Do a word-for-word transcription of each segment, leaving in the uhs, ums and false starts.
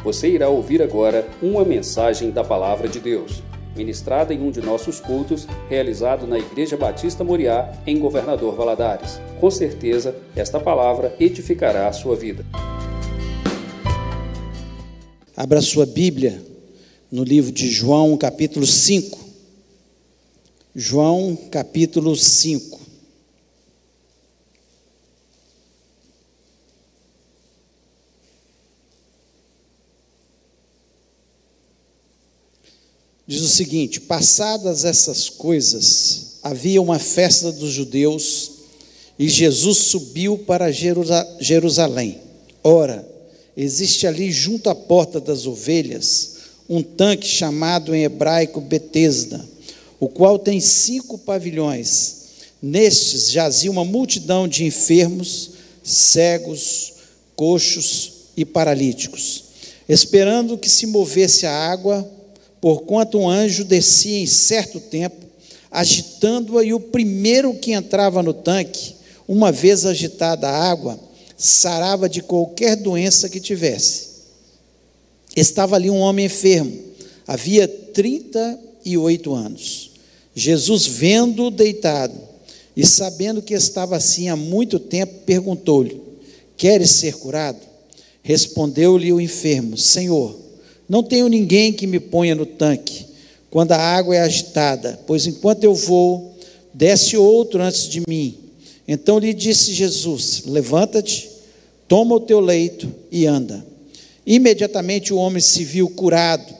Você irá ouvir agora uma mensagem da Palavra de Deus, ministrada em um de nossos cultos, realizado na Igreja Batista Moriá, em Governador Valadares. Com certeza, esta palavra edificará a sua vida. Abra sua Bíblia no livro de João, capítulo cinco. João, capítulo cinco. Diz o seguinte: passadas essas coisas, havia uma festa dos judeus e Jesus subiu para Jerusalém. Ora, existe ali junto à porta das ovelhas um tanque chamado em hebraico Betesda, o qual tem cinco pavilhões. Nestes jazia uma multidão de enfermos, cegos, coxos e paralíticos, esperando que se movesse a água, porquanto um anjo descia em certo tempo, agitando-a, e o primeiro que entrava no tanque, uma vez agitada a água, sarava de qualquer doença que tivesse. Estava ali um homem enfermo, havia trinta e oito anos. Jesus, vendo-o deitado e sabendo que estava assim há muito tempo, perguntou-lhe: queres ser curado? Respondeu-lhe o enfermo: Senhor, não tenho ninguém que me ponha no tanque quando a água é agitada, pois enquanto eu vou, desce outro antes de mim. Então lhe disse Jesus: levanta-te, toma o teu leito e anda. Imediatamente o homem se viu curado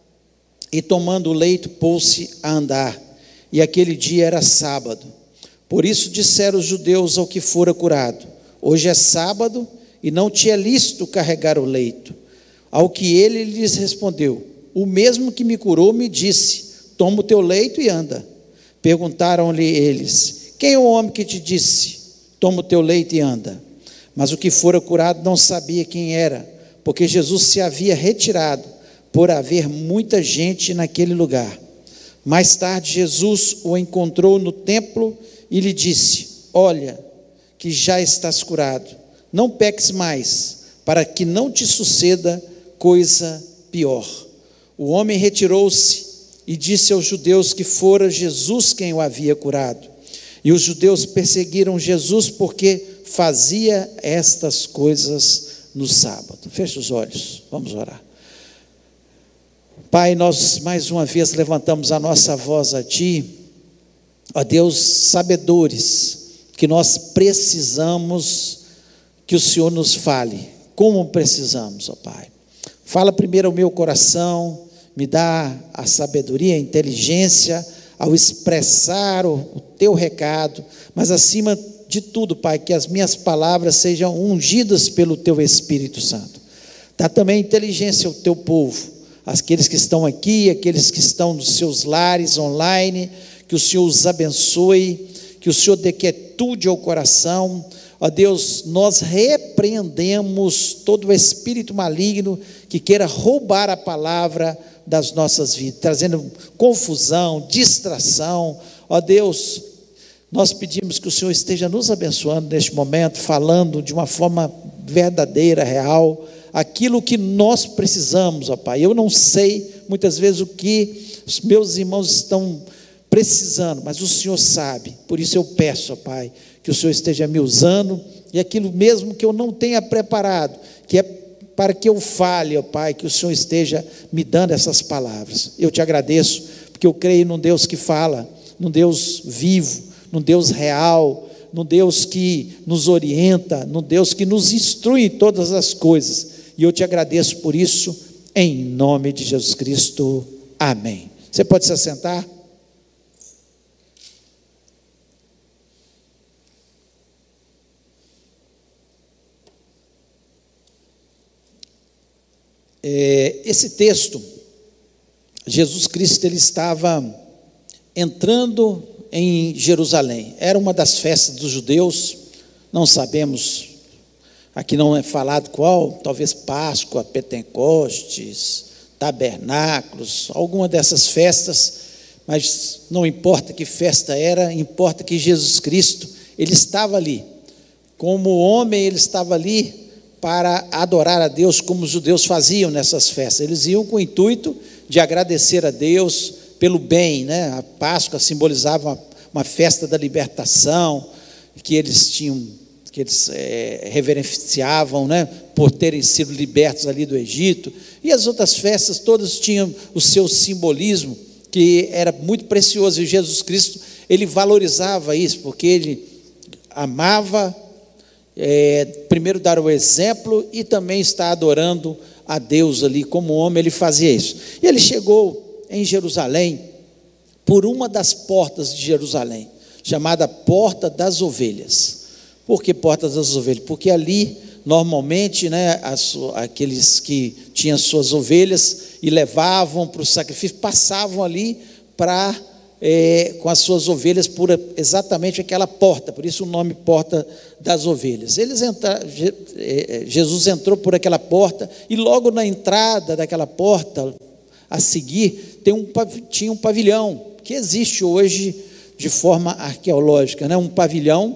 e, tomando o leito, pôs-se a andar. E aquele dia era sábado. Por isso disseram os judeus ao que fora curado: hoje é sábado e não te é lícito carregar o leito. Ao que ele lhes respondeu: o mesmo que me curou me disse: toma o teu leito e anda. Perguntaram-lhe eles: quem é o homem que te disse: toma o teu leito e anda? Mas o que fora curado não sabia quem era, porque Jesus se havia retirado, por haver muita gente naquele lugar. Mais tarde Jesus o encontrou no templo e lhe disse: olha, que já estás curado, não peques mais, para que não te suceda coisa pior. O homem retirou-se e disse aos judeus que fora Jesus quem o havia curado. E os judeus perseguiram Jesus porque fazia estas coisas no sábado. Feche os olhos, vamos orar. Pai, nós mais uma vez levantamos a nossa voz a Ti, ó Deus, sabedores que nós precisamos que o Senhor nos fale, como precisamos, ó Pai. Fala primeiro ao meu coração, me dá a sabedoria, a inteligência ao expressar o, o Teu recado, mas acima de tudo, Pai, que as minhas palavras sejam ungidas pelo Teu Espírito Santo. Dá também inteligência ao Teu povo, aqueles que estão aqui, aqueles que estão nos seus lares online, que o Senhor os abençoe, que o Senhor dê quietude ao coração. Ó Deus, nós repreendemos todo o espírito maligno que queira roubar a palavra das nossas vidas, trazendo confusão, distração. Ó Deus, nós pedimos que o Senhor esteja nos abençoando neste momento, falando de uma forma verdadeira, real, aquilo que nós precisamos, ó Pai. Eu não sei muitas vezes o que os meus irmãos estão precisando, mas o Senhor sabe. Por isso eu peço, ó Pai, que o Senhor esteja me usando, e aquilo mesmo que eu não tenha preparado, que é para que eu fale, ó Pai, que o Senhor esteja me dando essas palavras. Eu te agradeço, porque eu creio num Deus que fala, num Deus vivo, num Deus real, num Deus que nos orienta, num Deus que nos instrui em todas as coisas, e eu te agradeço por isso, em nome de Jesus Cristo, amém. Você pode se assentar? É, esse texto, Jesus Cristo, ele estava entrando em Jerusalém. Era uma das festas dos judeus, não sabemos, aqui não é falado qual, talvez Páscoa, Pentecostes, Tabernáculos, alguma dessas festas, mas não importa que festa era, importa que Jesus Cristo, ele estava ali, como homem ele estava ali, para adorar a Deus como os judeus faziam nessas festas. Eles iam com o intuito de agradecer a Deus pelo bem, né? A Páscoa simbolizava uma, uma festa da libertação, que eles tinham, que eles é, reverenciavam, né? Por terem sido libertos ali do Egito. E as outras festas todas tinham o seu simbolismo, que era muito precioso. E Jesus Cristo, ele valorizava isso, porque ele amava, é, primeiro dar o exemplo e também está adorando a Deus ali como homem. Ele fazia isso. E ele chegou em Jerusalém por uma das portas de Jerusalém, chamada Porta das Ovelhas. Por que Porta das Ovelhas? Porque ali normalmente, né, as, aqueles que tinham suas ovelhas e levavam para o sacrifício, passavam ali para É, com as suas ovelhas por exatamente aquela porta, por isso o nome Porta das Ovelhas. Eles entraram, Jesus entrou por aquela porta, e logo na entrada daquela porta, a seguir, tem um, tinha um pavilhão, que existe hoje de forma arqueológica, né? Um pavilhão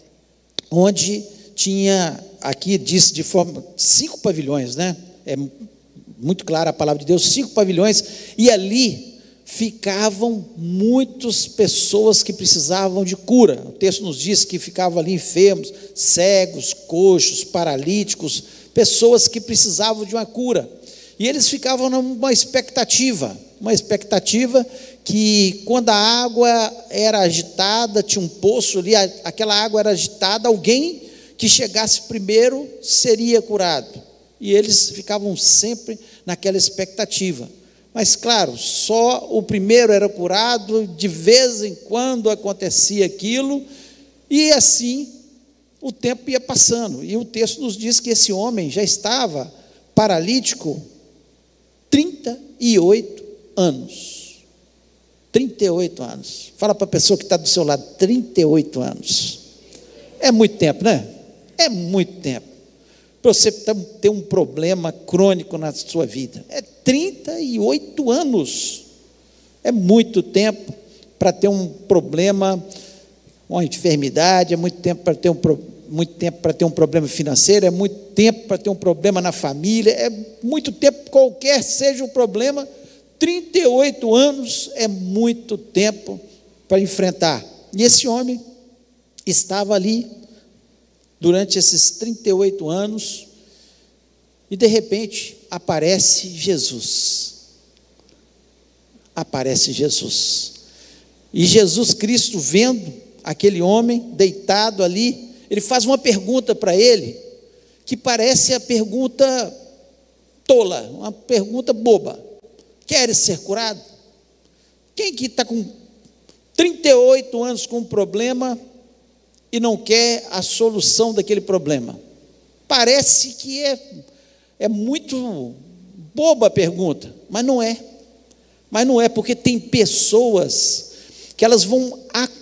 onde tinha, aqui diz de forma, cinco pavilhões, né? É muito clara a palavra de Deus, cinco pavilhões, e ali ficavam muitas pessoas que precisavam de cura. O texto nos diz que ficavam ali enfermos, cegos, coxos, paralíticos, pessoas que precisavam de uma cura. E eles ficavam numa expectativa, uma expectativa que quando a água era agitada, tinha um poço ali, aquela água era agitada, alguém que chegasse primeiro seria curado. E eles ficavam sempre naquela expectativa. Mas, claro, só o primeiro era curado, de vez em quando acontecia aquilo, e assim o tempo ia passando. E o texto nos diz que esse homem já estava paralítico trinta e oito anos. trinta e oito anos. Fala para a pessoa que está do seu lado, trinta e oito anos. É muito tempo, né? É muito tempo. Para você ter um problema crônico na sua vida. É trinta e oito anos. É muito tempo para ter um problema, uma enfermidade, é muito tempo para ter um, muito tempo para ter um problema financeiro, é muito tempo para ter um problema na família, é muito tempo, qualquer seja o problema, trinta e oito anos é muito tempo para enfrentar. E esse homem estava ali durante esses trinta e oito anos, e de repente aparece Jesus, aparece Jesus, e Jesus Cristo vendo aquele homem deitado ali, ele faz uma pergunta para ele, que parece a pergunta tola, uma pergunta boba: queres ser curado? Quem que está com trinta e oito anos com um problema e não quer a solução daquele problema? Parece que é, é muito boba a pergunta, mas não é. Mas não é, porque tem pessoas que elas vão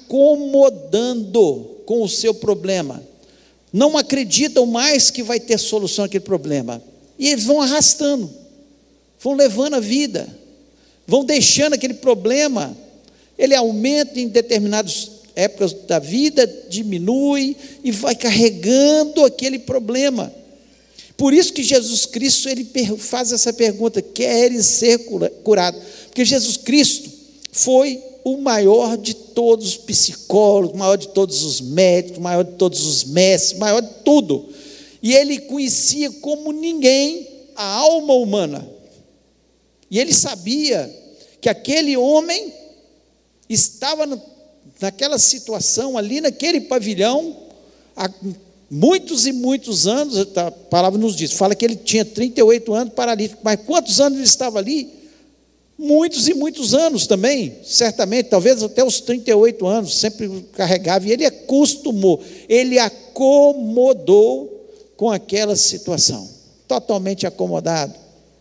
acomodando com o seu problema, não acreditam mais que vai ter solução àquele problema, e eles vão arrastando, vão levando a vida, vão deixando aquele problema, ele aumenta em determinadas épocas da vida, diminui e vai carregando aquele problema. Por isso que Jesus Cristo, ele faz essa pergunta: queres ser curado? Porque Jesus Cristo foi o maior de todos os psicólogos, o maior de todos os médicos, o maior de todos os mestres, o maior de tudo, e ele conhecia como ninguém a alma humana, e ele sabia que aquele homem estava no naquela situação ali, naquele pavilhão, há muitos e muitos anos. A palavra nos diz, fala que ele tinha trinta e oito anos paralítico, mas quantos anos ele estava ali? Muitos e muitos anos também, certamente, talvez até os trinta e oito anos, sempre carregava, e ele acostumou, ele acomodou com aquela situação, totalmente acomodado.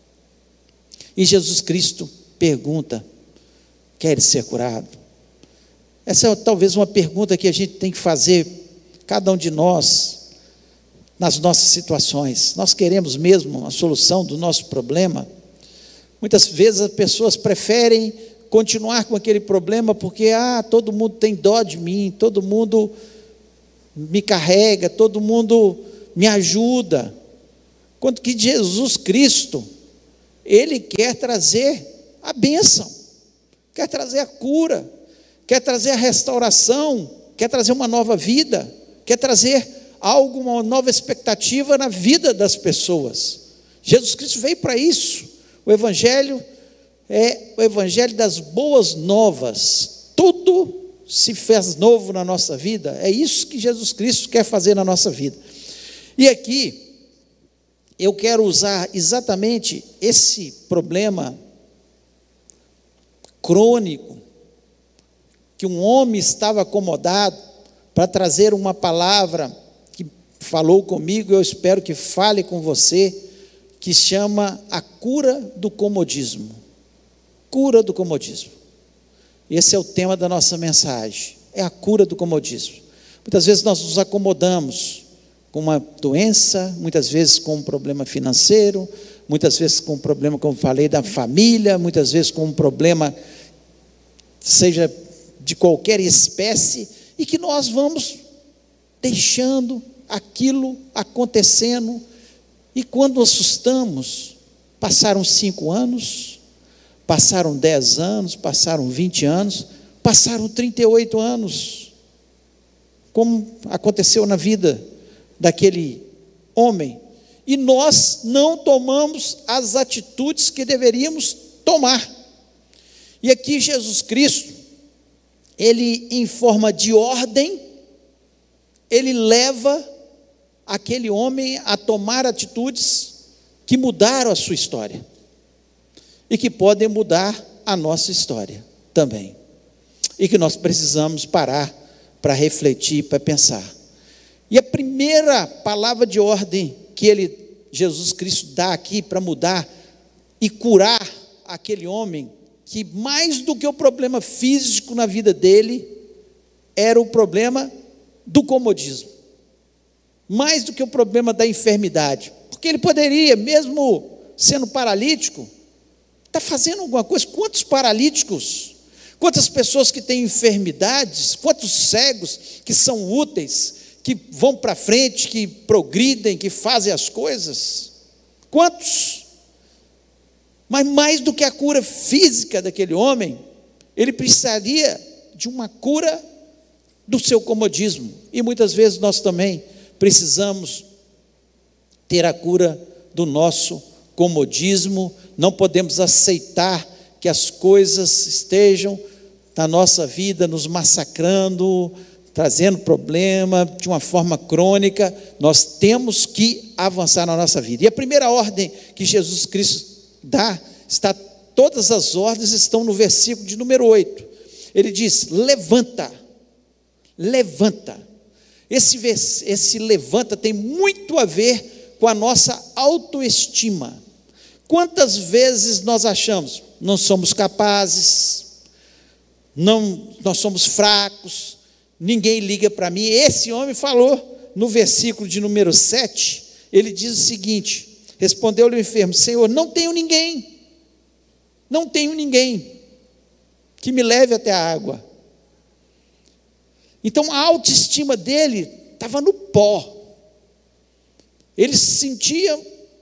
E Jesus Cristo pergunta: queres ser curado? Essa é talvez uma pergunta que a gente tem que fazer, cada um de nós, nas nossas situações. Nós queremos mesmo a solução do nosso problema? Muitas vezes as pessoas preferem continuar com aquele problema porque, ah, todo mundo tem dó de mim, todo mundo me carrega, todo mundo me ajuda. quanto que Jesus Cristo, Ele quer trazer a bênção, quer trazer a cura, quer trazer a restauração, quer trazer uma nova vida, quer trazer algo, uma nova expectativa na vida das pessoas. Jesus Cristo veio para isso. O Evangelho é o Evangelho das boas novas. Tudo se fez novo na nossa vida. É isso que Jesus Cristo quer fazer na nossa vida. E aqui eu quero usar exatamente esse problema crônico, que um homem estava acomodado, para trazer uma palavra que falou comigo, eu espero que fale com você, que chama a cura do comodismo. Cura do comodismo. Esse é o tema da nossa mensagem, é a cura do comodismo. Muitas vezes nós nos acomodamos com uma doença, muitas vezes com um problema financeiro, muitas vezes com um problema, como falei, da família, muitas vezes com um problema, seja de qualquer espécie, e que nós vamos deixando aquilo acontecendo, e quando assustamos, passaram cinco anos, passaram dez anos, passaram vinte anos, passaram trinta e oito anos, como aconteceu na vida daquele homem, e nós não tomamos as atitudes que deveríamos tomar. E aqui Jesus Cristo, Ele em forma de ordem, Ele leva aquele homem a tomar atitudes que mudaram a sua história, e que podem mudar a nossa história também, e que nós precisamos parar para refletir, para pensar. E a primeira palavra de ordem que ele, Jesus Cristo dá aqui para mudar e curar aquele homem, que mais do que o problema físico na vida dele, era o problema do comodismo, mais do que o problema da enfermidade, porque ele poderia, mesmo sendo paralítico, estar fazendo alguma coisa. Quantos paralíticos, quantas pessoas que têm enfermidades, quantos cegos que são úteis, que vão para frente, que progridem, que fazem as coisas, quantos? Mas mais do que a cura física daquele homem, ele precisaria de uma cura do seu comodismo, e muitas vezes nós também precisamos ter a cura do nosso comodismo. Não podemos aceitar que as coisas estejam na nossa vida nos massacrando, trazendo problema de uma forma crônica. Nós temos que avançar na nossa vida. E a primeira ordem que Jesus Cristo dá, está, todas as ordens estão no versículo de número oito. Ele diz: levanta, levanta. Esse, esse levanta tem muito a ver com a nossa autoestima. Quantas vezes nós achamos, não somos capazes, não, nós somos fracos, ninguém liga para mim. Esse homem falou no versículo de número sete, ele diz o seguinte: respondeu-lhe o enfermo: Senhor, não tenho ninguém, não tenho ninguém que me leve até a água. Então a autoestima dele estava no pó, ele se sentia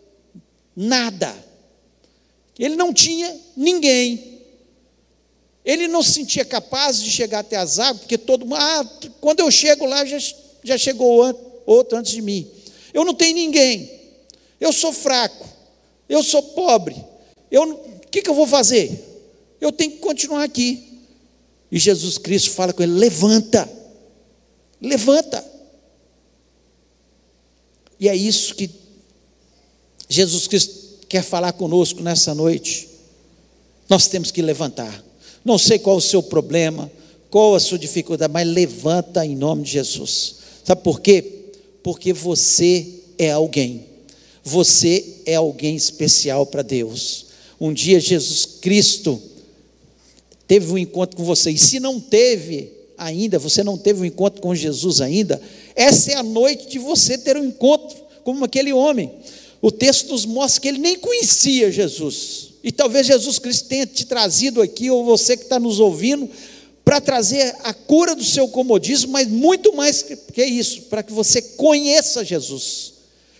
nada, ele não tinha ninguém, ele não se sentia capaz de chegar até as águas, porque todo mundo, ah, quando eu chego lá, já, já chegou outro antes de mim, eu não tenho ninguém, eu sou fraco, eu sou pobre, eu, o que, que eu vou fazer? Eu tenho que continuar aqui. E Jesus Cristo fala com ele: levanta, levanta. E é isso que Jesus Cristo quer falar conosco nessa noite. Nós temos que levantar. Não sei qual o seu problema, qual a sua dificuldade, mas levanta em nome de Jesus. Sabe por quê? Porque você é alguém. Você é alguém especial para Deus. Um dia Jesus Cristo teve um encontro com você, e se não teve ainda, você não teve um encontro com Jesus ainda, essa é a noite de você ter um encontro como aquele homem. O texto nos mostra que ele nem conhecia Jesus, e talvez Jesus Cristo tenha te trazido aqui, ou você que está nos ouvindo, para trazer a cura do seu comodismo, mas muito mais que isso, para que você conheça Jesus,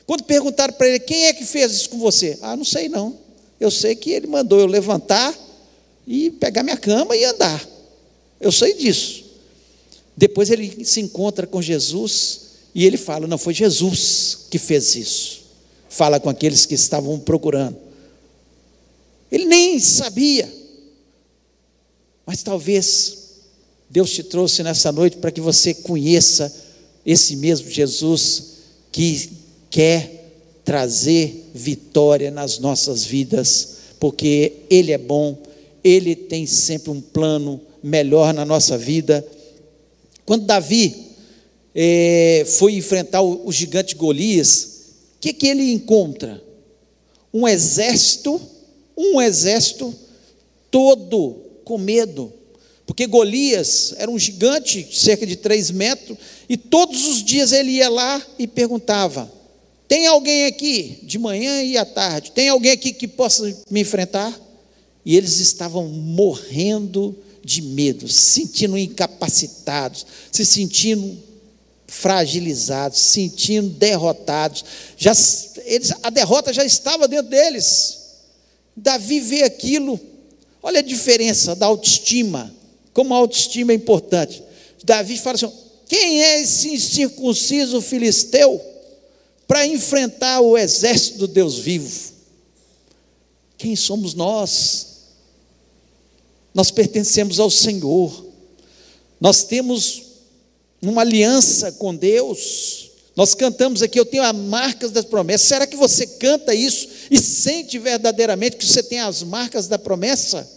Quando perguntaram para ele, quem é que fez isso com você? Ah, não sei não, eu sei que ele mandou eu levantar e pegar minha cama e andar, eu sei disso. Depois ele se encontra com Jesus e ele fala, não, foi Jesus que fez isso. Fala com aqueles que estavam procurando. Ele nem sabia, mas talvez Deus te trouxe nessa noite para que você conheça esse mesmo Jesus que quer trazer vitória nas nossas vidas, porque Ele é bom, Ele tem sempre um plano melhor na nossa vida. Quando Davi é, foi enfrentar o, o gigante Golias, o que, que ele encontra? Um exército, um exército todo com medo, porque Golias era um gigante, cerca de três metros, e todos os dias ele ia lá e perguntava, tem alguém aqui, de manhã e à tarde, tem alguém aqui que possa me enfrentar? E eles estavam morrendo de medo, se sentindo incapacitados, se sentindo fragilizados, se sentindo derrotados, já, eles, a derrota já estava dentro deles. Davi vê aquilo, olha a diferença da autoestima, como a autoestima é importante. Davi fala assim, quem é esse incircunciso filisteu para enfrentar o exército do Deus vivo? Quem somos nós? Nós pertencemos ao Senhor, nós temos uma aliança com Deus, nós cantamos aqui, eu tenho as marcas das promessas. Será que você canta isso e sente verdadeiramente que você tem as marcas da promessa?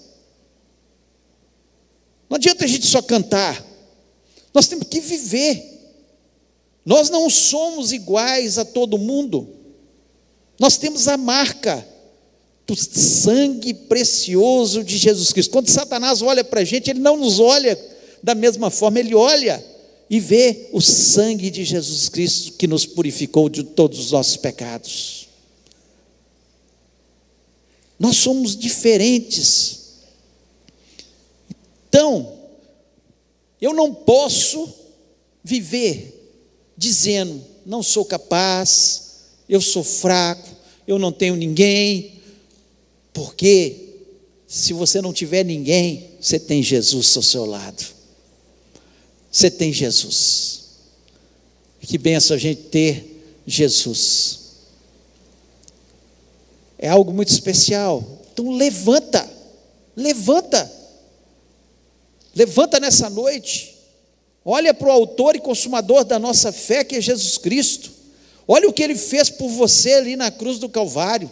Não adianta a gente só cantar, nós temos que viver. Nós não somos iguais a todo mundo, nós temos a marca do sangue precioso de Jesus Cristo. Quando Satanás olha para a gente, ele não nos olha da mesma forma, ele olha e vê o sangue de Jesus Cristo que nos purificou de todos os nossos pecados. Nós somos diferentes. Então, eu não posso viver dizendo, não sou capaz, eu sou fraco, eu não tenho ninguém, porque se você não tiver ninguém, você tem Jesus ao seu lado. Você tem Jesus. Que benção a gente ter Jesus. É algo muito especial. Então levanta, levanta, levanta nessa noite. Olha para o autor e consumador da nossa fé, que é Jesus Cristo. Olha o que Ele fez por você ali na cruz do Calvário.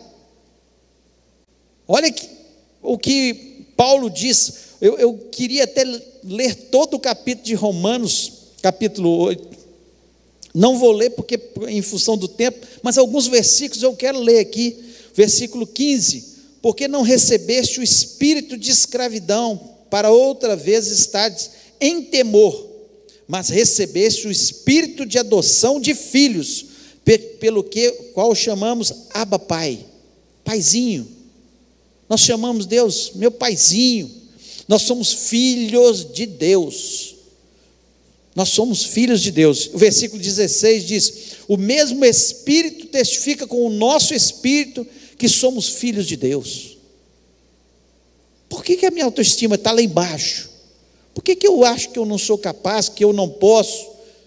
Olha que, o que Paulo diz. Eu, eu queria até ler todo o capítulo de Romanos, capítulo oito. Não vou ler porque em função do tempo, mas alguns versículos eu quero ler aqui. Versículo quinze. Porque não recebeste o espírito de escravidão, para outra vez estares em temor, mas recebeste o espírito de adoção de filhos, pelo que, qual chamamos Abba Pai, Paizinho. Nós chamamos Deus, meu Paizinho. Nós somos filhos de Deus. Nós somos filhos de Deus. O versículo dezesseis diz, o mesmo Espírito testifica com o nosso Espírito que somos filhos de Deus. Por que, que a minha autoestima está lá embaixo? Por que, que eu acho que eu não sou capaz, que eu não posso,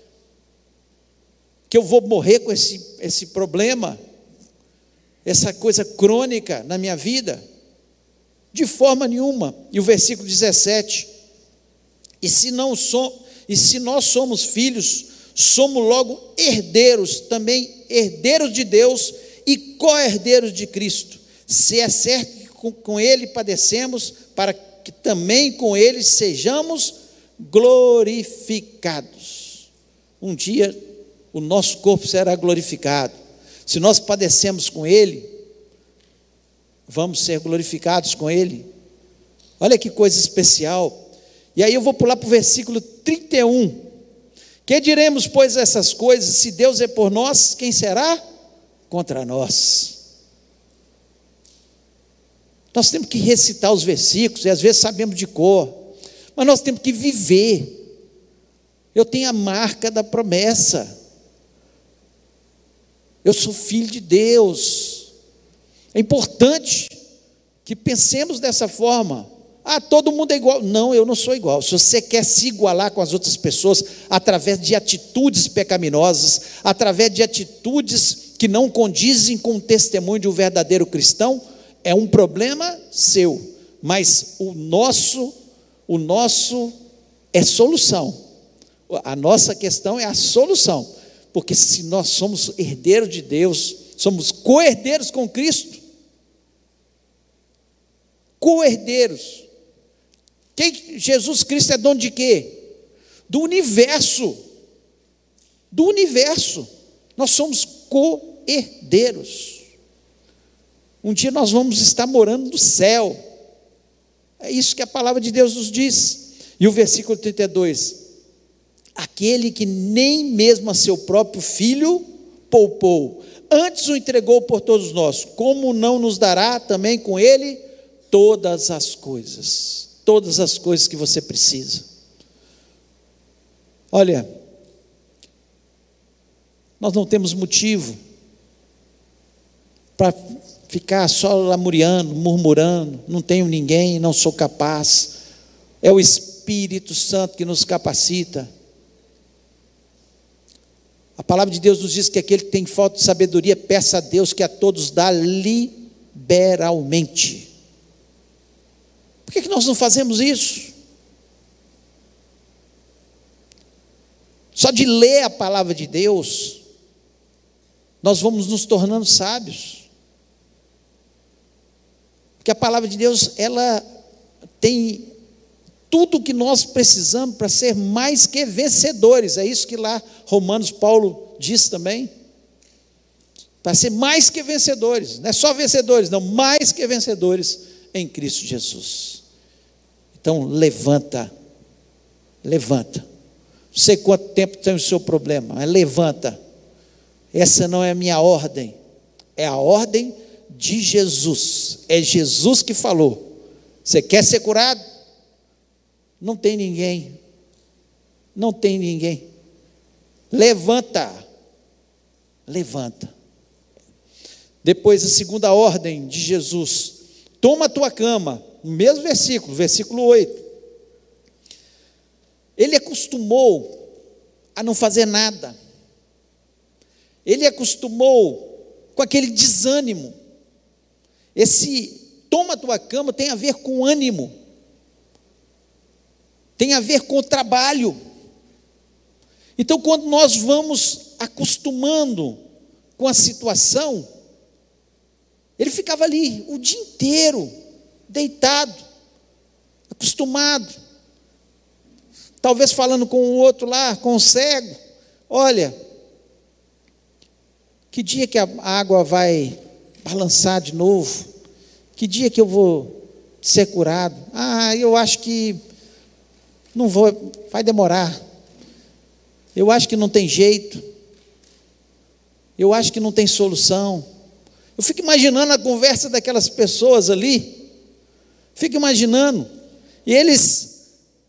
que eu vou morrer com esse, esse problema, essa coisa crônica na minha vida? De forma nenhuma. E o versículo dezessete, e se, não so, e se nós somos filhos, somos logo herdeiros, também herdeiros de Deus e co-herdeiros de Cristo, se é certo que com, com Ele padecemos, para que também com Ele sejamos glorificados. Um dia o nosso corpo será glorificado. Se nós padecemos com Ele, vamos ser glorificados com Ele. Olha que coisa especial. E aí eu vou pular para o versículo trinta e um. Que diremos, pois, essas coisas? Se Deus é por nós, quem será contra nós? Nós temos que recitar os versículos, e às vezes sabemos de cor, mas nós temos que viver. Eu tenho a marca da promessa. Eu sou filho de Deus. É importante que pensemos dessa forma. Ah, todo mundo é igual. Não, eu não sou igual. Se você quer se igualar com as outras pessoas através de atitudes pecaminosas, através de atitudes que não condizem com o testemunho de um verdadeiro cristão, é um problema seu. Mas o nosso, o nosso é solução. A nossa questão é a solução. Porque se nós somos herdeiros de Deus, somos co-herdeiros com Cristo, co-herdeiros. Quem, Jesus Cristo é dono de quê? Do universo. Do universo. Nós somos co-herdeiros. Um dia nós vamos estar morando no céu. É isso que a palavra de Deus nos diz. E o versículo trinta e dois: aquele que nem mesmo a seu próprio filho poupou, antes o entregou por todos nós, como não nos dará também com ele todas as coisas? Todas as coisas que você precisa. Olha, nós não temos motivo para ficar só lamuriando, murmurando, não tenho ninguém, não sou capaz. É o Espírito Santo que nos capacita. A palavra de Deus nos diz que aquele que tem falta de sabedoria, peça a Deus que a todos dá liberalmente. Por que que nós não fazemos isso? Só de ler a palavra de Deus, nós vamos nos tornando sábios. Porque a palavra de Deus, ela tem tudo o que nós precisamos para ser mais que vencedores. É isso que lá Romanos Paulo diz também. Para ser mais que vencedores. Não é só vencedores, não, mais que vencedores em Cristo Jesus. Então levanta, levanta. Não sei quanto tempo tem o seu problema, mas levanta. Essa não é a minha ordem, é a ordem de Jesus. É Jesus que falou. Você quer ser curado? Não tem ninguém, não tem ninguém. Levanta, levanta. Depois a segunda ordem de Jesus: toma a tua cama. No mesmo versículo, versículo oito. Ele acostumou a não fazer nada. Ele acostumou com aquele desânimo. Esse toma a tua cama tem a ver com ânimo. Tem a ver com o trabalho. Então, quando nós vamos acostumando com a situação, ele ficava ali o dia inteiro, deitado, acostumado, talvez falando com o outro lá, com o cego: olha, que dia que a água vai balançar de novo? Que dia que eu vou ser curado? Ah, eu acho que não vou, vai demorar. Eu acho que não tem jeito. Eu acho que não tem solução. Eu fico imaginando a conversa daquelas pessoas ali. Fico imaginando. E eles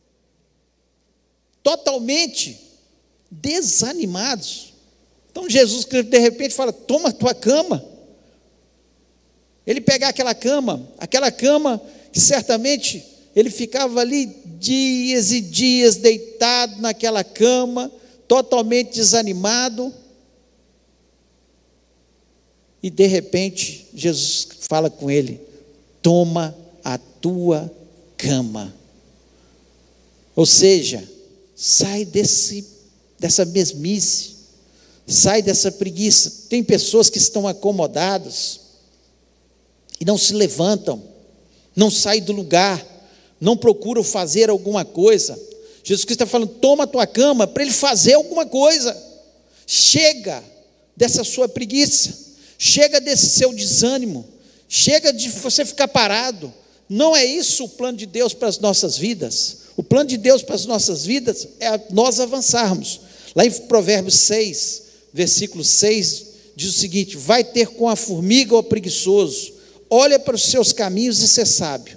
totalmente desanimados. Então Jesus, de repente, fala: toma a tua cama. Ele pegar aquela cama, aquela cama que certamente ele ficava ali dias e dias deitado naquela cama, totalmente desanimado. E de repente Jesus fala com ele: toma a tua cama. Ou seja, sai desse, dessa mesmice, sai dessa preguiça. Tem pessoas que estão acomodadas e não se levantam, não saem do lugar, não procuram fazer alguma coisa. Jesus Cristo está falando: toma a tua cama para ele fazer alguma coisa. Chega dessa sua preguiça, chega desse seu desânimo, chega de você ficar parado. Não é isso o plano de Deus para as nossas vidas. O plano de Deus para as nossas vidas é nós avançarmos. Lá em Provérbios seis, versículo seis, diz o seguinte: vai ter com a formiga o preguiçoso, olha para os seus caminhos e ser sábio.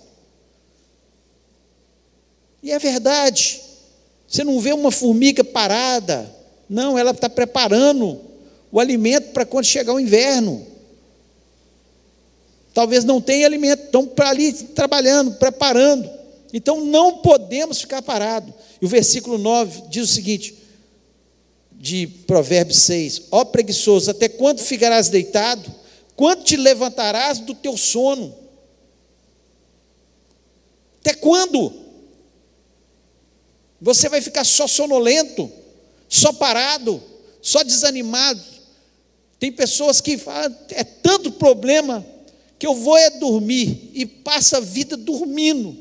E é verdade. Você não vê uma formiga parada. Não, ela está preparando o alimento para quando chegar o inverno. Talvez não tenha alimento, estão para ali trabalhando, preparando. Então não podemos ficar parados. E o versículo nove diz o seguinte, de Provérbios seis: ó preguiçoso, até quando ficarás deitado? Quando te levantarás do teu sono? Até quando? Você vai ficar só sonolento, só parado, só desanimado. Tem pessoas que falam, é tanto problema que eu vou é dormir, e passa a vida dormindo.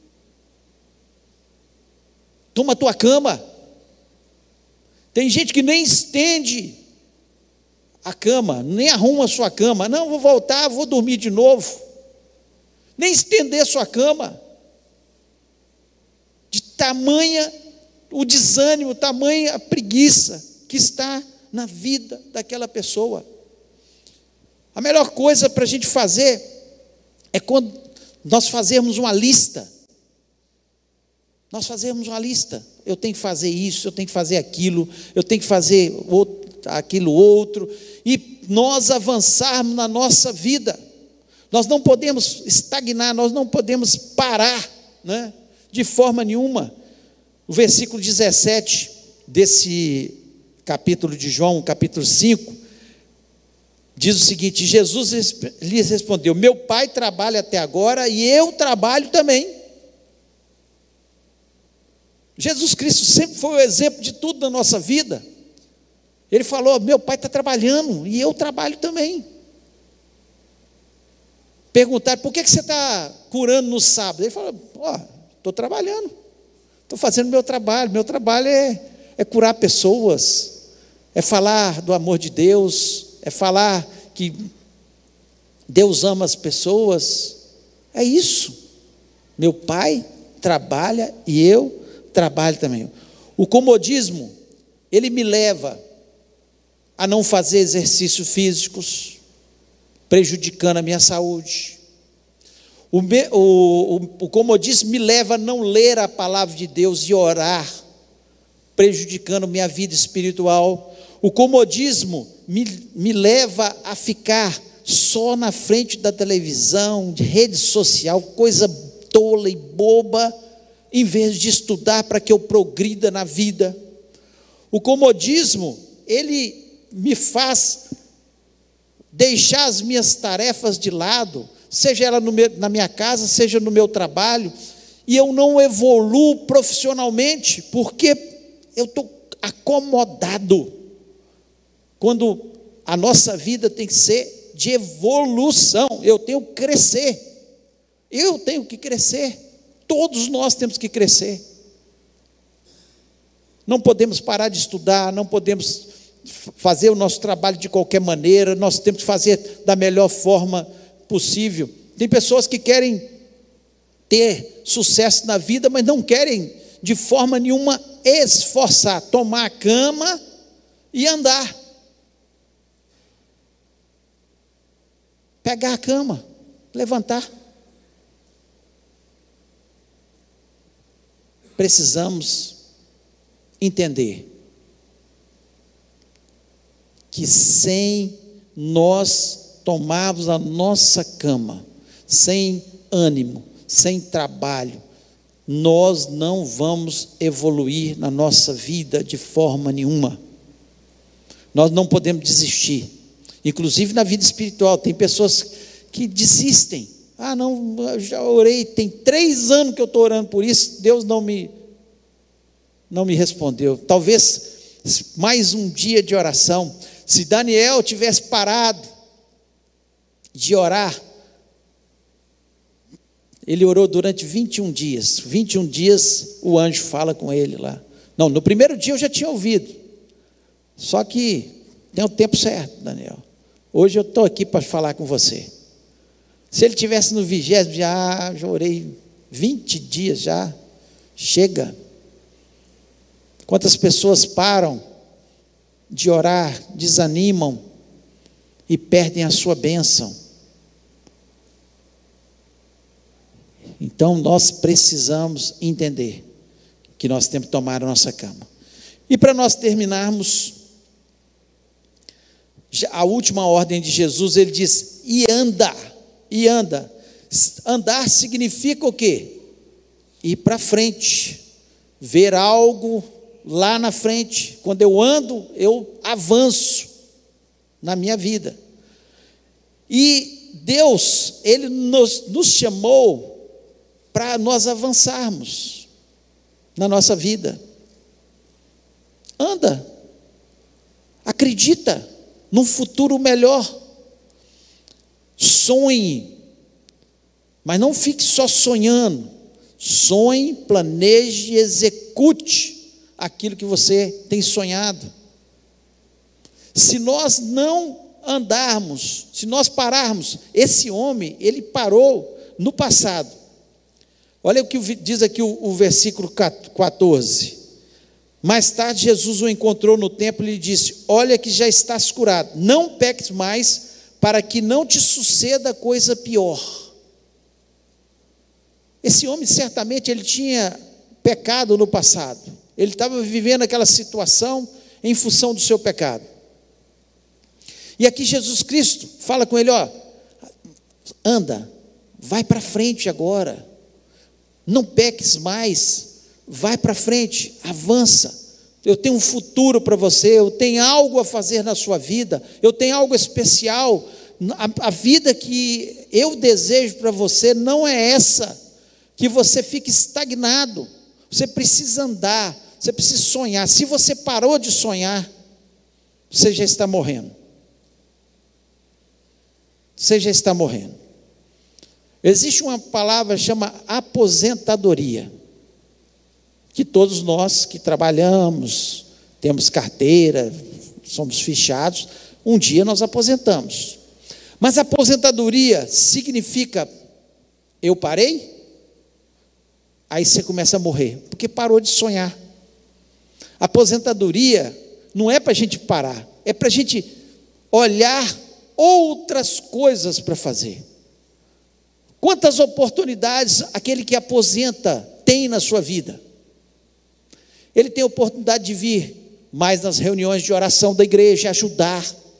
Toma a tua cama. Tem gente que nem estende a cama, nem arruma a sua cama. Não, vou voltar, vou dormir de novo. Nem estender a sua cama. De tamanha o desânimo, tamanha a preguiça que está na vida daquela pessoa. A melhor coisa para a gente fazer é quando nós fazermos uma lista. Nós fazemos uma lista. Eu tenho que fazer isso, eu tenho que fazer aquilo, eu tenho que fazer outro, aquilo outro, e nós avançarmos na nossa vida. Nós não podemos estagnar, nós não podemos parar, né, de forma nenhuma. O versículo dezessete desse capítulo de João, capítulo cinco, diz o seguinte: Jesus lhes respondeu: meu pai trabalha até agora e eu trabalho também. Jesus Cristo sempre foi o exemplo de tudo na nossa vida. Ele falou: meu pai está trabalhando e eu trabalho também. Perguntaram: por que você está curando no sábado? Ele falou: ó, estou trabalhando, estou fazendo meu trabalho. Meu trabalho é, é curar pessoas, é falar do amor de Deus, é falar que Deus ama as pessoas. É isso. Meu pai trabalha e eu trabalho também. O comodismo, ele me leva a não fazer exercícios físicos, prejudicando a minha saúde. O, me, o, o, o comodismo me leva a não ler a palavra de Deus e orar, prejudicando minha vida espiritual. O comodismo me, me leva a ficar só na frente da televisão, de rede social, coisa tola e boba, em vez de estudar para que eu progrida na vida. O comodismo, ele me faz deixar as minhas tarefas de lado, seja ela no meu, na minha casa, seja no meu trabalho, e eu não evoluo profissionalmente, porque eu estou acomodado, quando a nossa vida tem que ser de evolução. Eu tenho que crescer, eu tenho que crescer, todos nós temos que crescer. Não podemos parar de estudar, não podemos fazer o nosso trabalho de qualquer maneira, nós temos que fazer da melhor forma possível. Tem pessoas que querem ter sucesso na vida, mas não querem de forma nenhuma esforçar, tomar a cama e andar. Pegar a cama, levantar. Precisamos entender que sem nós tomarmos a nossa cama, sem ânimo, sem trabalho, nós não vamos evoluir na nossa vida de forma nenhuma. Nós não podemos desistir. Inclusive na vida espiritual, tem pessoas que desistem. Ah, não, eu já orei, tem três anos que eu estou orando por isso, Deus não me, não me respondeu. Talvez mais um dia de oração. Se Daniel tivesse parado de orar, ele orou durante vinte e um dias. vinte e um dias o anjo fala com ele lá. Não, no primeiro dia eu já tinha ouvido. Só que tem o tempo certo, Daniel. Hoje eu estou aqui para falar com você. Se ele tivesse no vigésimo, já, já orei vinte dias já, chega. Quantas pessoas param de orar, desanimam e perdem a sua bênção. Então nós precisamos entender que nós temos que tomar a nossa cama. E para nós terminarmos, a última ordem de Jesus, ele diz, e anda, e anda. Andar significa o quê? Ir para frente, ver algo lá na frente. Quando eu ando, eu avanço na minha vida. E Deus, Ele nos, nos chamou para nós avançarmos na nossa vida. Anda, acredita num futuro melhor, sonhe, mas não fique só sonhando, sonhe, planeje e execute aquilo que você tem sonhado. Se nós não andarmos, se nós pararmos, esse homem, ele parou no passado. Olha o que diz aqui o, o versículo quatorze. Mais tarde Jesus o encontrou no templo e lhe disse, olha que já estás curado, não peques mais, para que não te suceda coisa pior. Esse homem certamente ele tinha pecado no passado, ele estava vivendo aquela situação em função do seu pecado. E aqui Jesus Cristo fala com ele, ó, anda, vai para frente agora, não peques mais, vai para frente, avança, eu tenho um futuro para você, eu tenho algo a fazer na sua vida, eu tenho algo especial, a, a vida que eu desejo para você não é essa, que você fique estagnado, você precisa andar, você precisa sonhar. Se você parou de sonhar, você já está morrendo, você já está morrendo. Existe uma palavra que chama aposentadoria, que todos nós que trabalhamos, temos carteira, somos fichados, um dia nós aposentamos. Mas aposentadoria significa, eu parei, aí você começa a morrer, porque parou de sonhar. Aposentadoria não é para a gente parar, é para a gente olhar outras coisas para fazer. Quantas oportunidades aquele que aposenta tem na sua vida? Ele tem a oportunidade de vir mais nas reuniões de oração da igreja, ajudar.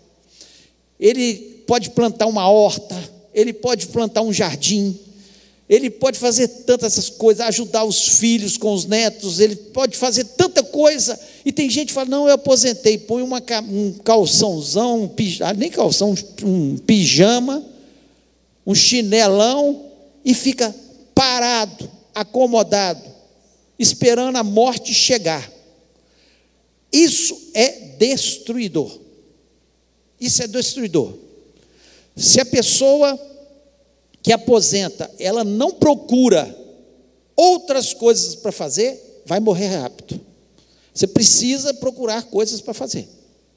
Ele pode plantar uma horta, ele pode plantar um jardim, ele pode fazer tantas essas coisas, ajudar os filhos com os netos, ele pode fazer tanta coisa. E tem gente que fala, não, eu aposentei, põe uma, um calçãozão, um pijama, nem calção, um pijama, um chinelão, e fica parado, acomodado, esperando a morte chegar. Isso é destruidor. Isso é destruidor. Se a pessoa que aposenta, ela não procura outras coisas para fazer, vai morrer rápido. Você precisa procurar coisas para fazer.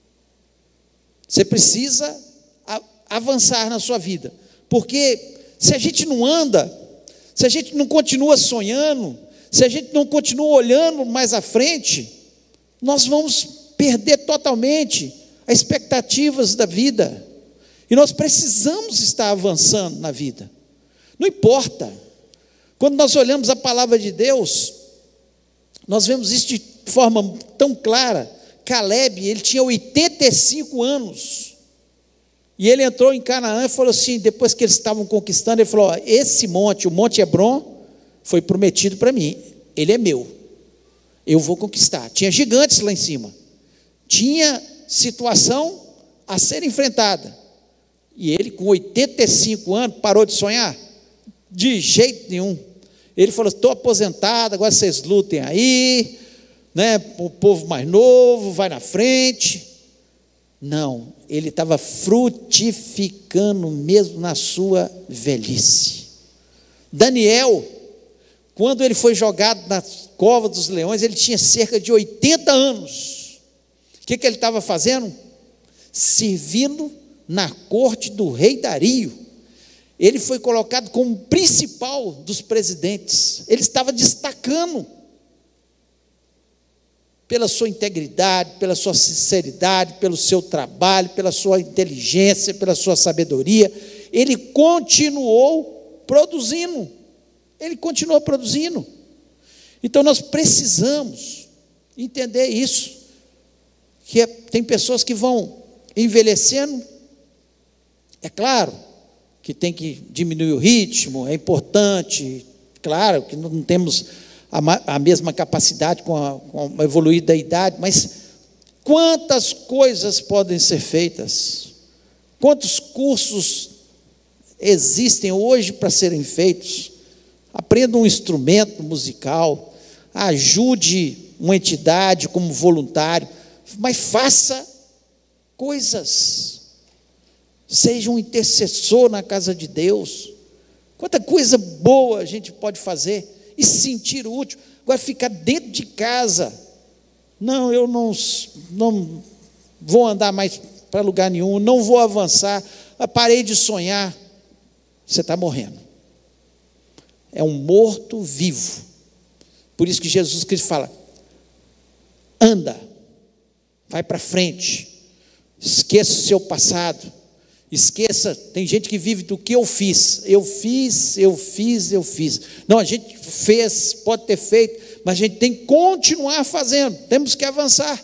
Você precisa avançar na sua vida. Porque se a gente não anda, se a gente não continua sonhando, se a gente não continua olhando mais à frente, nós vamos perder totalmente as expectativas da vida. E nós precisamos estar avançando na vida. Não importa. Quando nós olhamos a palavra de Deus, nós vemos isso de forma tão clara. Caleb, ele tinha oitenta e cinco anos. E ele entrou em Canaã e falou assim, depois que eles estavam conquistando, ele falou, ó, esse monte, o Monte Hebron, foi prometido para mim, ele é meu, eu vou conquistar. Tinha gigantes lá em cima, tinha situação a ser enfrentada, e ele com oitenta e cinco anos, parou de sonhar? De jeito nenhum. Ele falou, estou aposentado, agora vocês lutem aí, né, o povo mais novo, vai na frente. Não, ele estava frutificando mesmo na sua velhice. Daniel, quando ele foi jogado na cova dos leões, ele tinha cerca de oitenta anos. O que, que ele estava fazendo? Servindo na corte do rei Dario. Ele foi colocado como principal dos presidentes. Ele estava destacando pela sua integridade, pela sua sinceridade, pelo seu trabalho, pela sua inteligência, pela sua sabedoria. Ele continuou produzindo. Ele continuou produzindo. Então nós precisamos entender isso, que é, tem pessoas que vão envelhecendo, é claro que tem que diminuir o ritmo, é importante, claro que não temos a, a mesma capacidade com a, com a evoluir da idade, mas quantas coisas podem ser feitas, quantos cursos existem hoje para serem feitos. Aprenda um instrumento musical, ajude uma entidade como voluntário, mas faça coisas, seja um intercessor na casa de Deus. Quanta coisa boa a gente pode fazer e se sentir útil. Agora ficar dentro de casa, não, eu não, não vou andar mais para lugar nenhum, não vou avançar, parei de sonhar. Você está morrendo. É um morto vivo. Por isso que Jesus Cristo fala: anda, vai para frente, esqueça o seu passado, esqueça, tem gente que vive do que eu fiz, eu fiz, eu fiz, eu fiz. Não, a gente fez, pode ter feito, mas a gente tem que continuar fazendo, temos que avançar.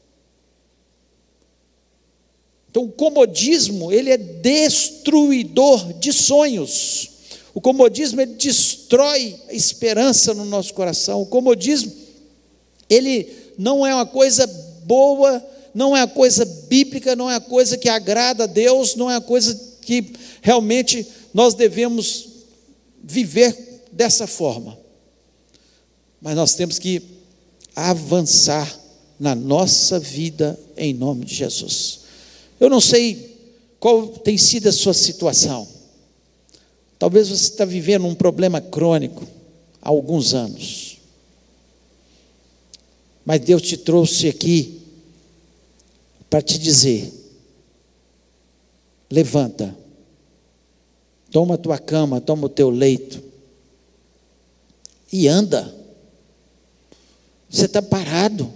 Então o comodismo, ele é destruidor de sonhos. O comodismo, ele destrói a esperança no nosso coração. O comodismo, ele não é uma coisa boa, não é uma coisa bíblica, não é uma coisa que agrada a Deus, não é uma coisa que realmente nós devemos viver dessa forma. Mas nós temos que avançar na nossa vida em nome de Jesus. Eu não sei qual tem sido a sua situação. Talvez você está vivendo um problema crônico há alguns anos. Mas Deus te trouxe aqui para te dizer: levanta, toma a tua cama, toma o teu leito e anda. Você está parado.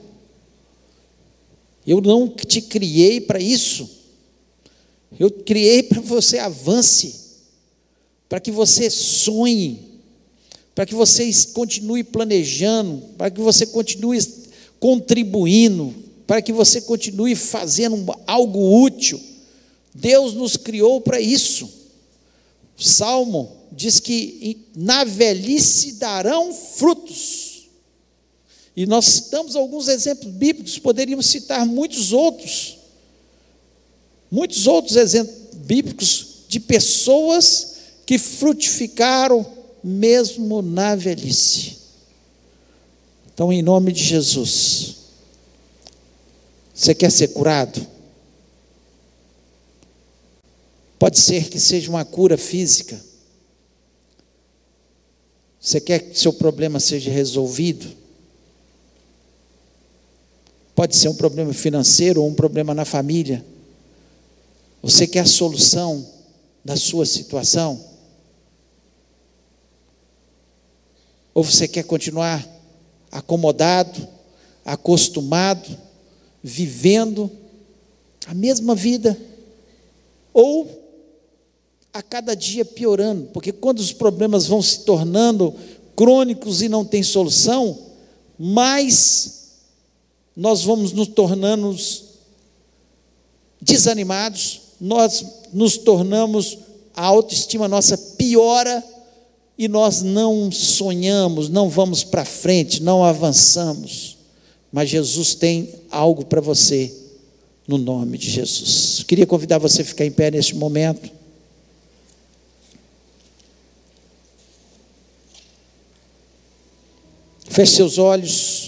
Eu não te criei para isso. Eu criei para que você avance, para que você sonhe, para que você continue planejando, para que você continue contribuindo, para que você continue fazendo algo útil. Deus nos criou para isso. O Salmo diz que na velhice darão frutos. E nós citamos alguns exemplos bíblicos, poderíamos citar muitos outros, muitos outros exemplos bíblicos de pessoas que frutificaram mesmo na velhice. Então, em nome de Jesus, você quer ser curado? Pode ser que seja uma cura física. Você quer que seu problema seja resolvido? Pode ser um problema financeiro ou um problema na família. Você quer a solução da sua situação? Ou você quer continuar acomodado, acostumado, vivendo a mesma vida? Ou a cada dia piorando? Porque quando os problemas vão se tornando crônicos e não tem solução, mais nós vamos nos tornando desanimados, nós nos tornamos, a autoestima nossa piora e nós não sonhamos, não vamos para frente, não avançamos. Mas Jesus tem algo para você, no nome de Jesus. Eu queria convidar você a ficar em pé neste momento. Feche seus olhos.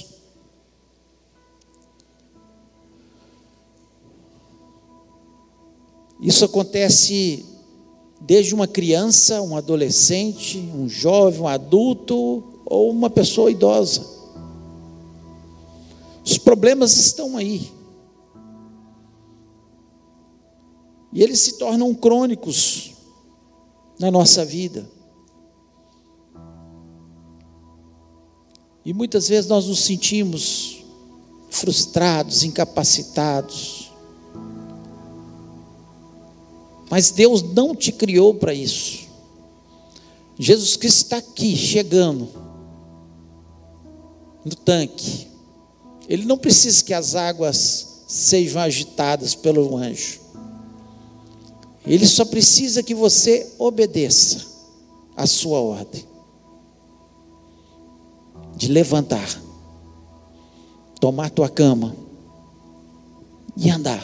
Isso acontece desde uma criança, um adolescente, um jovem, um adulto ou uma pessoa idosa. Os problemas estão aí. E eles se tornam crônicos na nossa vida. E muitas vezes nós nos sentimos frustrados, incapacitados. Mas Deus não te criou para isso. Jesus Cristo está aqui, chegando no tanque. Ele não precisa que as águas sejam agitadas pelo anjo. Ele só precisa que você obedeça a sua ordem de levantar, tomar tua cama e andar.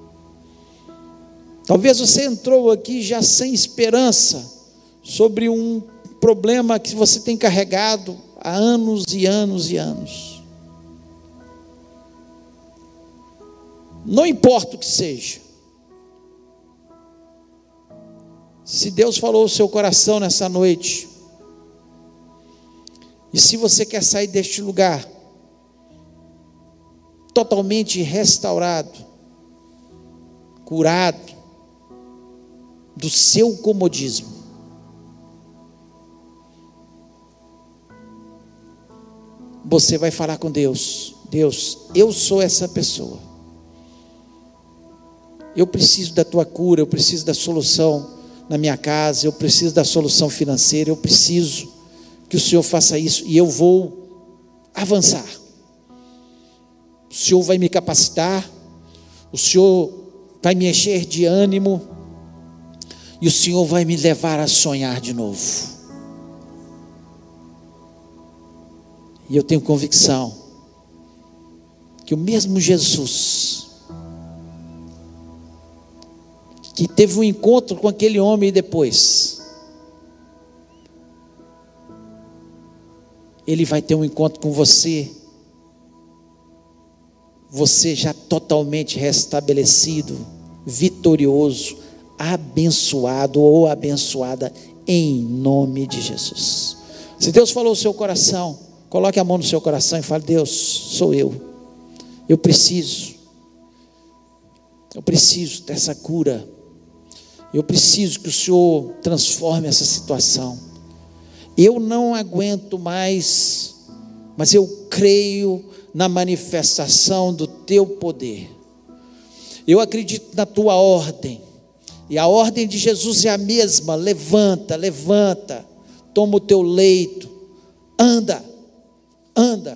Talvez você entrou aqui já sem esperança sobre um problema que você tem carregado há anos e anos e anos. Não importa o que seja. Se Deus falou o seu coração nessa noite, e se você quer sair deste lugar totalmente restaurado, curado do seu comodismo, você vai falar com Deus: Deus, eu sou essa pessoa, eu preciso da tua cura, eu preciso da solução na minha casa, eu preciso da solução financeira, eu preciso que o Senhor faça isso, e eu vou avançar. O Senhor vai me capacitar, o Senhor vai me encher de ânimo, e o Senhor vai me levar a sonhar de novo. E eu tenho convicção que o mesmo Jesus que teve um encontro com aquele homem depois, ele vai ter um encontro com você, você já totalmente restabelecido, vitorioso, abençoado ou abençoada, em nome de Jesus. Se Deus falou o seu coração, coloque a mão no seu coração e fale: Deus, sou eu, eu preciso, eu preciso dessa cura, eu preciso que o Senhor transforme essa situação, eu não aguento mais, mas eu creio na manifestação do teu poder, eu acredito na tua ordem, e a ordem de Jesus é a mesma: levanta, levanta, toma o teu leito, anda, anda,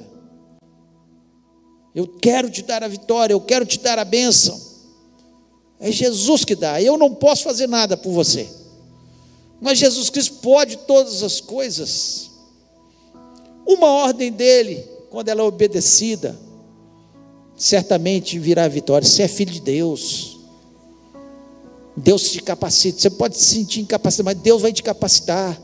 eu quero te dar a vitória, eu quero te dar a bênção. É Jesus que dá, eu não posso fazer nada por você, mas Jesus Cristo pode todas as coisas. Uma ordem dele, quando ela é obedecida, certamente virá a vitória. Você é filho de Deus, Deus te capacita. Você pode se sentir incapacitado, mas Deus vai te capacitar,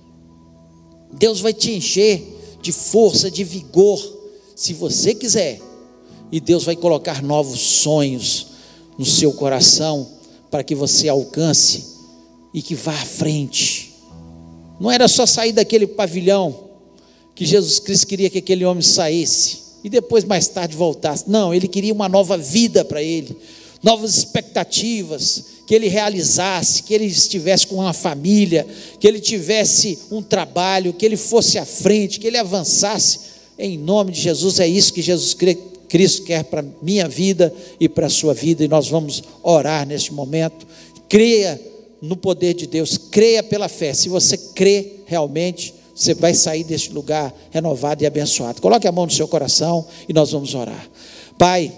Deus vai te encher de força, de vigor, se você quiser, e Deus vai colocar novos sonhos no seu coração, para que você alcance e que vá à frente. Não era só sair daquele pavilhão que Jesus Cristo queria que aquele homem saísse e depois mais tarde voltasse. Não, ele queria uma nova vida para ele, novas expectativas, que ele realizasse, que ele estivesse com uma família, que ele tivesse um trabalho, que ele fosse à frente, que ele avançasse, em nome de Jesus. É isso que Jesus Cristo quer para a minha vida e para a sua vida, e nós vamos orar neste momento. Creia no poder de Deus, creia pela fé. Se você crê realmente, você vai sair deste lugar renovado e abençoado. Coloque a mão no seu coração e nós vamos orar. Pai,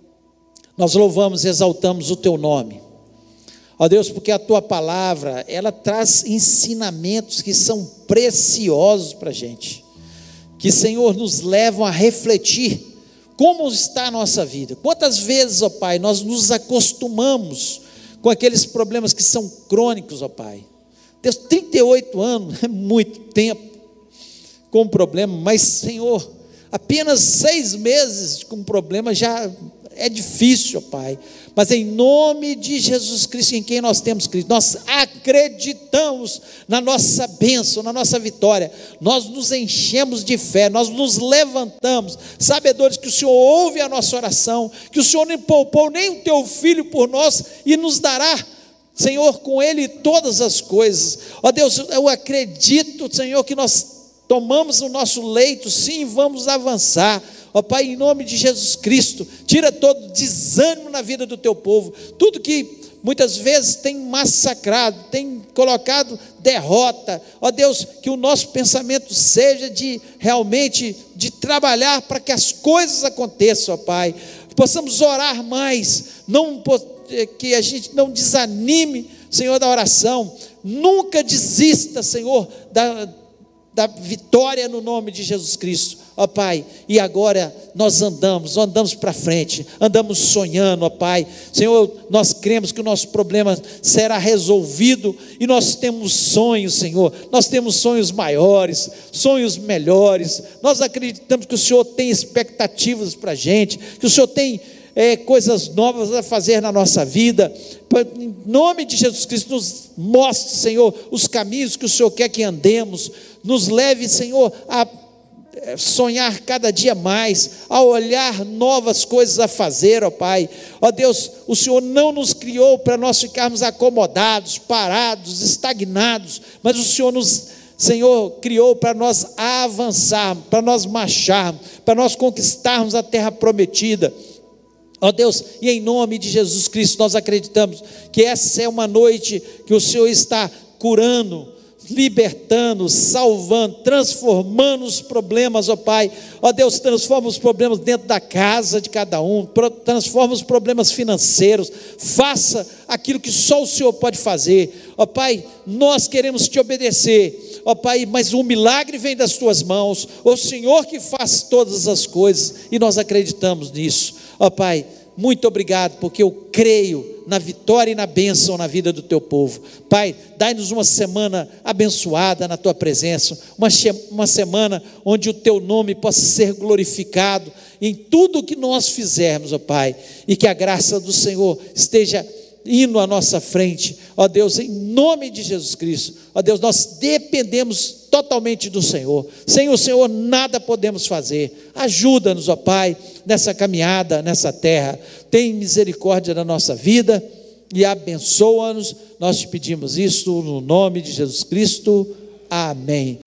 nós louvamos e exaltamos o teu nome, ó Deus, porque a tua palavra, ela traz ensinamentos que são preciosos para a gente, que, Senhor, nos levam a refletir como está a nossa vida. Quantas vezes, ó Pai, nós nos acostumamos com aqueles problemas que são crônicos, ó Pai. Deus, trinta e oito anos é muito tempo com problema, mas, Senhor, apenas seis meses com problema já é difícil, ó Pai. Mas em nome de Jesus Cristo, em quem nós temos Cristo, nós acreditamos na nossa bênção, na nossa vitória. Nós nos enchemos de fé, nós nos levantamos, sabedores que o Senhor ouve a nossa oração, que o Senhor nem poupou nem o teu Filho por nós, e nos dará, Senhor, com Ele todas as coisas. Ó Deus, eu acredito, Senhor, que nós tomamos o nosso leito, sim, vamos avançar. Ó Pai, em nome de Jesus Cristo, tira todo desânimo na vida do teu povo, tudo que muitas vezes tem massacrado, tem colocado derrota. Ó Deus, que o nosso pensamento seja de realmente de trabalhar para que as coisas aconteçam, ó Pai. possamos orar mais, não, que a gente não desanime, Senhor, da oração, nunca desista, Senhor, da, da vitória no nome de Jesus Cristo, ó Pai. E agora nós andamos, andamos para frente, andamos sonhando, ó Pai. Senhor, nós cremos que o nosso problema será resolvido, e nós temos sonhos, Senhor, nós temos sonhos maiores, sonhos melhores. Nós acreditamos que o Senhor tem expectativas para a gente, que o Senhor tem É, coisas novas a fazer na nossa vida. Em nome de Jesus Cristo, nos mostre, Senhor, os caminhos que o Senhor quer que andemos, nos leve, Senhor, a sonhar cada dia mais, a olhar novas coisas a fazer, ó Pai. Ó Deus, o Senhor não nos criou para nós ficarmos acomodados, parados, estagnados, mas o Senhor nos Senhor, criou para nós avançarmos, para nós marcharmos, para nós conquistarmos a terra prometida. Ó Deus, e em nome de Jesus Cristo, nós acreditamos que essa é uma noite que o Senhor está curando, libertando, salvando, transformando os problemas, ó Pai. Ó Deus, transforma os problemas dentro da casa de cada um, transforma os problemas financeiros, faça aquilo que só o Senhor pode fazer. Ó Pai, nós queremos te obedecer, ó Pai, mas o milagre vem das tuas mãos, o Senhor que faz todas as coisas, e nós acreditamos nisso. Ó Pai, muito obrigado, porque eu creio na vitória e na bênção na vida do teu povo. Pai, dai-nos uma semana abençoada na tua presença, uma, uma semana onde o teu nome possa ser glorificado em tudo o que nós fizermos, ó Pai, e que a graça do Senhor esteja indo à nossa frente, ó Deus, em nome de Jesus Cristo. Ó Deus, nós dependemos totalmente do Senhor. Sem o Senhor nada podemos fazer. Ajuda-nos, ó Pai, nessa caminhada, nessa terra. Tem misericórdia da nossa vida e abençoa-nos. Nós te pedimos isso no nome de Jesus Cristo. Amém.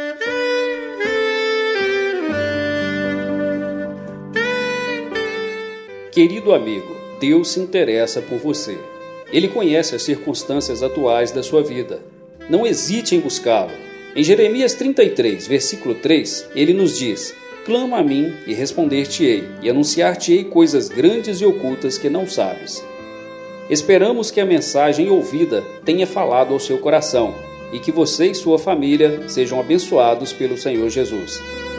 Querido amigo, Deus se interessa por você. Ele conhece as circunstâncias atuais da sua vida. Não hesite em buscá-lo. Em Jeremias trinta e três, versículo três, ele nos diz: clama a mim e responder-te-ei, e anunciar-te-ei coisas grandes e ocultas que não sabes. Esperamos que a mensagem ouvida tenha falado ao seu coração, e que você e sua família sejam abençoados pelo Senhor Jesus.